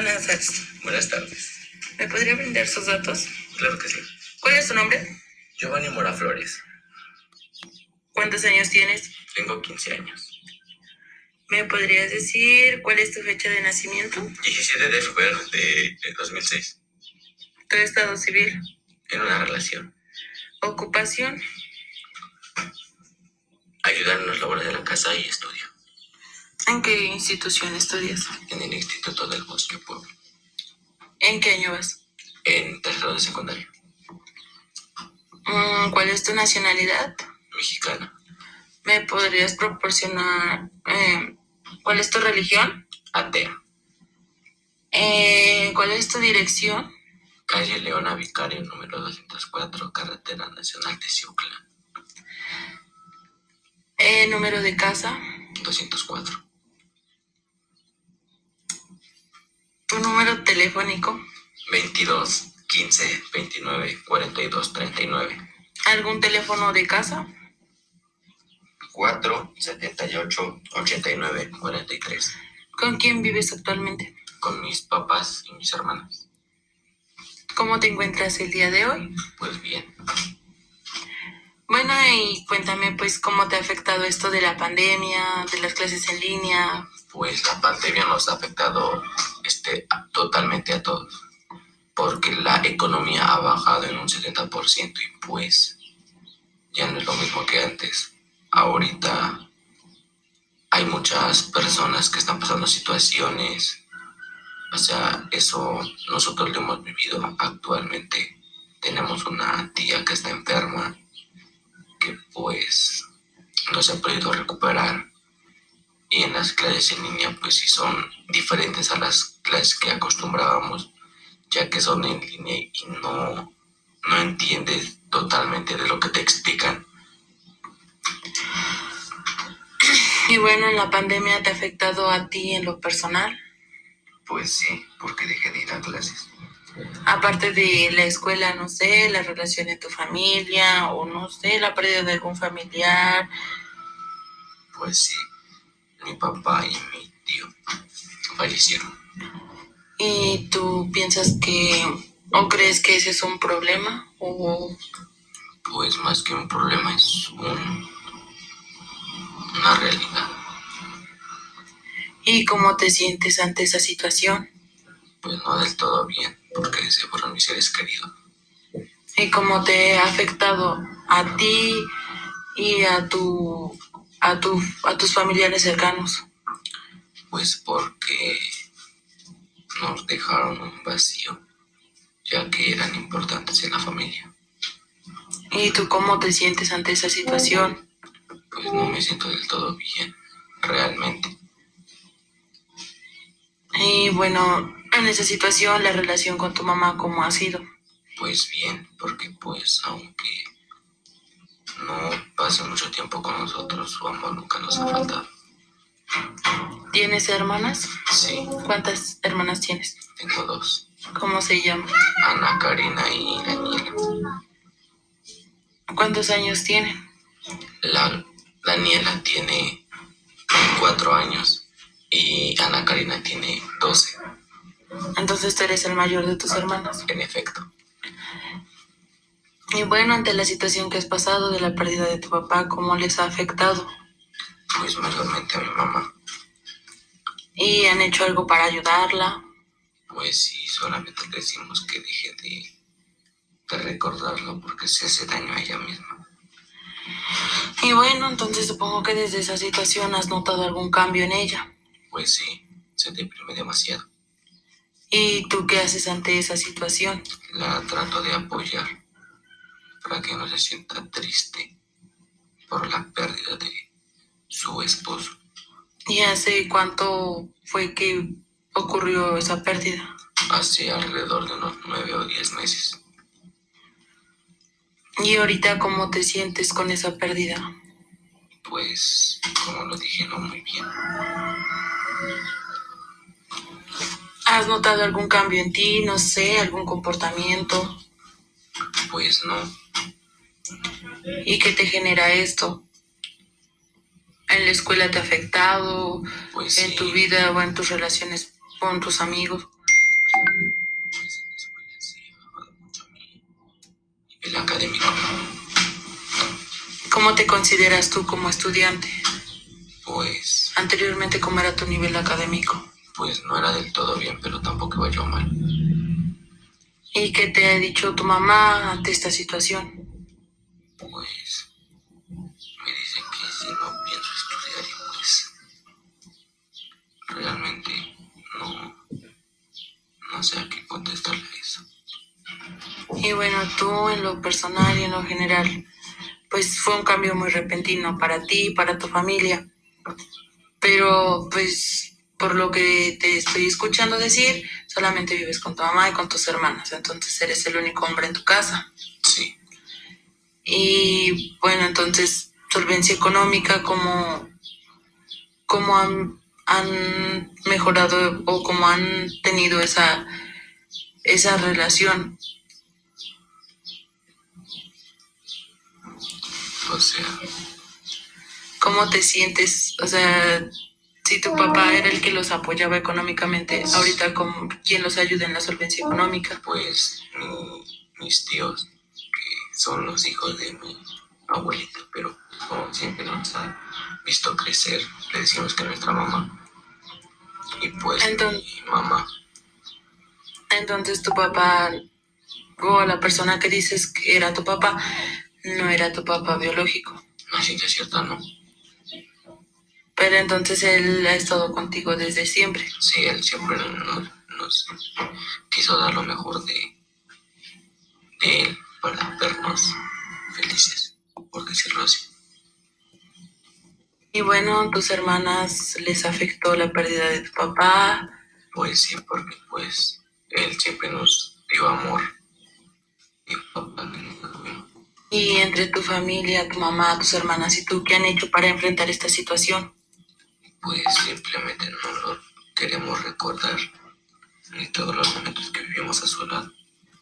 Buenas tardes. Buenas tardes. ¿Me podría brindar sus datos? Claro que sí. ¿Cuál es su nombre? Giovanni Mora Flores. ¿Cuántos años tienes? Tengo 15 años. ¿Me podrías decir cuál es tu fecha de nacimiento? 17 de febrero de 2006. ¿Tu estado civil? En una relación. ¿Ocupación? Ayudar en los labores de la casa y estudio. ¿En qué institución estudias? En el Instituto del Bosque Pueblo. ¿En qué año vas? En tercero de secundaria. ¿Cuál es tu nacionalidad? Mexicana. ¿Me podrías proporcionar cuál es tu religión? Atea. ¿Cuál es tu dirección? Calle Leona Vicario, número 204, Carretera Nacional de Ciucla. ¿Número de casa? 204. ¿Tu número telefónico? 22 15 29 42 39. ¿Algún teléfono de casa? 4 78 89 43. ¿Con quién vives actualmente? Con mis papás y mis hermanas. ¿Cómo te encuentras el día de hoy? Pues bien. Bueno, y cuéntame pues cómo te ha afectado esto de la pandemia, de las clases en línea. Pues la pandemia nos ha afectado totalmente a todos, porque la economía ha bajado en un 70% y pues ya no es lo mismo que antes. Ahorita hay muchas personas que están pasando situaciones, o sea, eso nosotros lo hemos vivido actualmente. Tenemos una tía que está enferma, que pues no se ha podido recuperar, y en las clases en línea pues sí son diferentes a las clases que acostumbrábamos, ya que son en línea y no entiendes totalmente de lo que te explican. Y bueno, ¿en la pandemia te ha afectado a ti en lo personal? Pues sí, porque dejé de ir a clases. Aparte de la escuela, no sé, la relación de tu familia o no sé, la pérdida de algún familiar. Pues sí, mi papá y mi tío fallecieron. ¿Y tú piensas que o crees que ese es un problema? O Pues más que un problema es una realidad. ¿y cómo te sientes ante esa situación? Pues no del todo bien, porque se fueron mis seres queridos. ¿Y cómo te ha afectado a ti y a tus familiares cercanos? Pues porque nos dejaron un vacío, ya que eran importantes en la familia. ¿Y tú cómo te sientes ante esa situación? Pues no me siento del todo bien, realmente. Y bueno, en esa situación, la relación con tu mamá, ¿cómo ha sido? Pues bien, porque pues aunque no pase mucho tiempo con nosotros, su amor nunca nos ha faltado. ¿Tienes hermanas? Sí. ¿Cuántas hermanas tienes? Tengo 2. ¿Cómo se llaman? Ana Karina y Daniela. ¿Cuántos años tienen? La Daniela tiene 4 años y Ana Karina tiene 12. Entonces tú eres el mayor de tus hermanas. En efecto. Y bueno, ante la situación que has pasado de la pérdida de tu papá, ¿cómo les ha afectado? Pues mayormente a mi mamá. ¿Y han hecho algo para ayudarla? Pues sí, solamente le decimos que deje de recordarlo porque se hace daño a ella misma. Y bueno, entonces supongo que desde esa situación has notado algún cambio en ella. Pues sí, se deprime demasiado. ¿Y tú qué haces ante esa situación? La trato de apoyar para que no se sienta triste por la pérdida de su esposo. ¿Y hace cuánto fue que ocurrió esa pérdida? Hace alrededor de unos 9 o 10 meses. ¿Y ahorita cómo te sientes con esa pérdida? Pues, como lo dije, no muy bien. ¿Has notado algún cambio en ti? No sé, algún comportamiento. Pues no. ¿Y qué te genera esto? ¿En la escuela te ha afectado? Pues ¿En sí. tu vida o en tus relaciones con tus amigos? Pues en la escuela sí he bajado mucho mi nivel académico. ¿Cómo te consideras tú como estudiante? Pues, Anteriormente, ¿cómo era tu nivel académico? pues no era del todo bien, pero tampoco iba yo mal. ¿Y qué te ha dicho tu mamá ante esta situación? Pues me dice que si no pienso estudiar y pues realmente no sé a qué contestarle a eso. Y bueno, tú en lo personal y en lo general, pues fue un cambio muy repentino para ti y para tu familia. Pero pues por lo que te estoy escuchando decir, solamente vives con tu mamá y con tus hermanas, entonces eres el único hombre en tu casa. Sí, Y bueno, entonces, solvencia económica, ¿cómo han mejorado o cómo han tenido esa relación? o sea, ¿Cómo te sientes? O sea, si tu papá era el que los apoyaba económicamente, ahorita ¿quién los ayuda en la solvencia económica? pues mis tíos, que son los hijos de mi abuelita, pero como siempre nos ha visto crecer, le decimos que nuestra mamá, y pues Entonces, mi mamá, entonces tu papá, o la persona que dices que era tu papá, no era tu papá biológico. a ciencia cierta no. Pero entonces él ha estado contigo desde siempre. Sí, él siempre nos quiso dar lo mejor de él para vernos felices, por decirlo así. Y bueno, tus hermanas les afectó la pérdida de tu papá. Pues sí, porque pues él siempre nos dio amor y papá que nunca tuvimos. Y entre tu familia, tu mamá, tus hermanas y tú, ¿qué han hecho para enfrentar esta situación? Pues simplemente no lo queremos recordar ni todos los momentos que vivimos a su lado.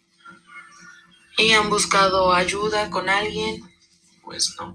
¿Y han buscado ayuda con alguien? Pues no.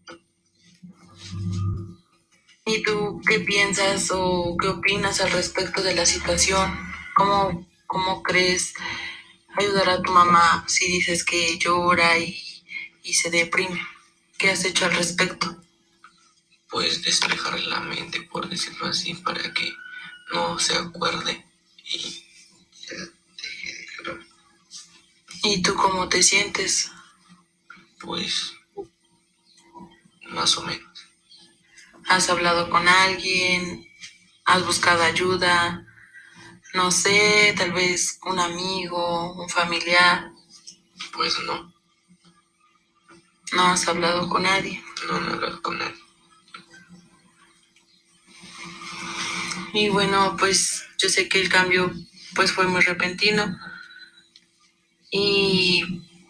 ¿Y tú qué piensas o qué opinas al respecto de la situación? ¿Cómo crees ayudar a tu mamá si dices que llora y se deprime? ¿Qué has hecho al respecto? Pues despejar la mente, por decirlo así, para que no se acuerde y ya deje de llorar. ¿Y tú cómo te sientes? Pues más o menos. ¿Has hablado con alguien? ¿Has buscado ayuda? No sé, tal vez un amigo, un familiar. Pues no, No has hablado con nadie. no he hablado con él. Y bueno, pues yo sé que el cambio pues fue muy repentino y,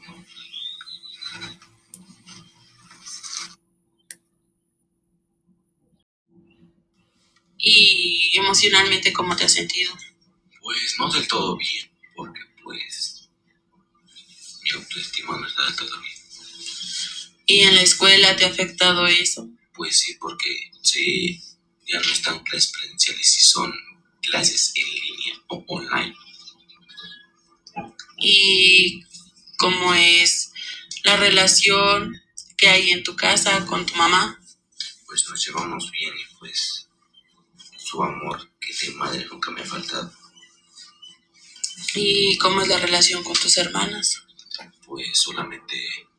y emocionalmente, ¿cómo te has sentido? Pues no del todo bien, porque pues mi autoestima no está del todo bien. ¿Y en la escuela te ha afectado eso? Pues sí, porque sí, ya no están clases presenciales y son clases en línea o online. ¿Y cómo es la relación que hay en tu casa con tu mamá? Pues nos llevamos bien y pues su amor que de madre nunca me ha faltado. ¿Y cómo es la relación con tus hermanas? Pues solamente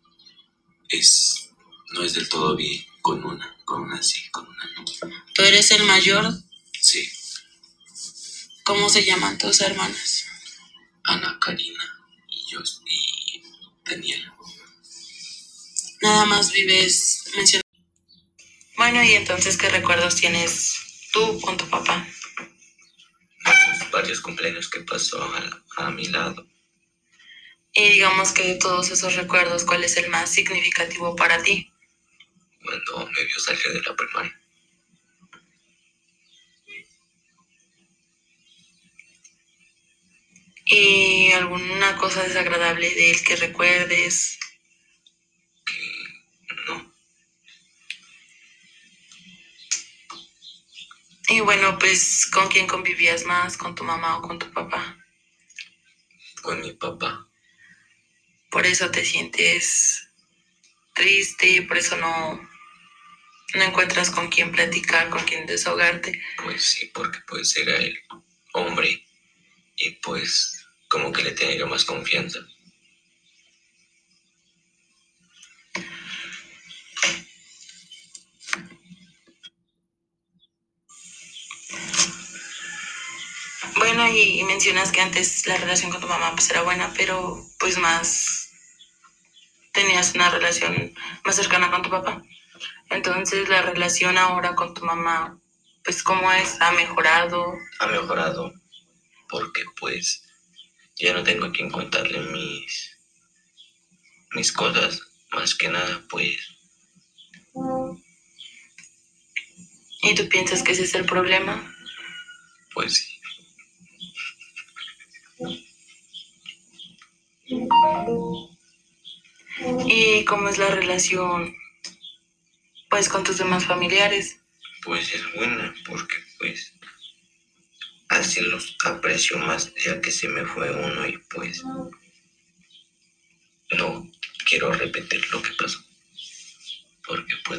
no es del todo bien con una sí, con una no. ¿Tú eres el mayor? Sí, ¿Cómo se llaman tus hermanas? Ana Karina y yo y Daniela. Nada más vives mencionando. Bueno, y entonces, ¿qué recuerdos tienes tú con tu papá? Varios cumpleaños que pasó a mi lado. Y digamos que de todos esos recuerdos, ¿cuál es el más significativo para ti? Cuando me vio salir de la primaria. ¿Y alguna cosa desagradable de él que recuerdes? No, Y bueno, pues, ¿con quién convivías más? ¿Con tu mamá o con tu papá? Con mi papá. Por eso te sientes triste, por eso no encuentras con quién platicar, con quién desahogarte. Pues sí, porque pues era el hombre y pues como que le tenía más confianza. Bueno, y mencionas que antes la relación con tu mamá pues era buena, pero pues más tenías una relación más cercana con tu papá. Entonces la relación ahora con tu mamá, pues ¿cómo es? ¿Ha mejorado? Ha mejorado porque pues ya no tengo a quien contarle mis cosas, más que nada pues. ¿Y tú piensas que ese es el problema? Pues sí. ¿Y cómo es la relación pues con tus demás familiares? Pues es buena porque pues así los aprecio más ya que se me fue uno y pues no quiero repetir lo que pasó porque pues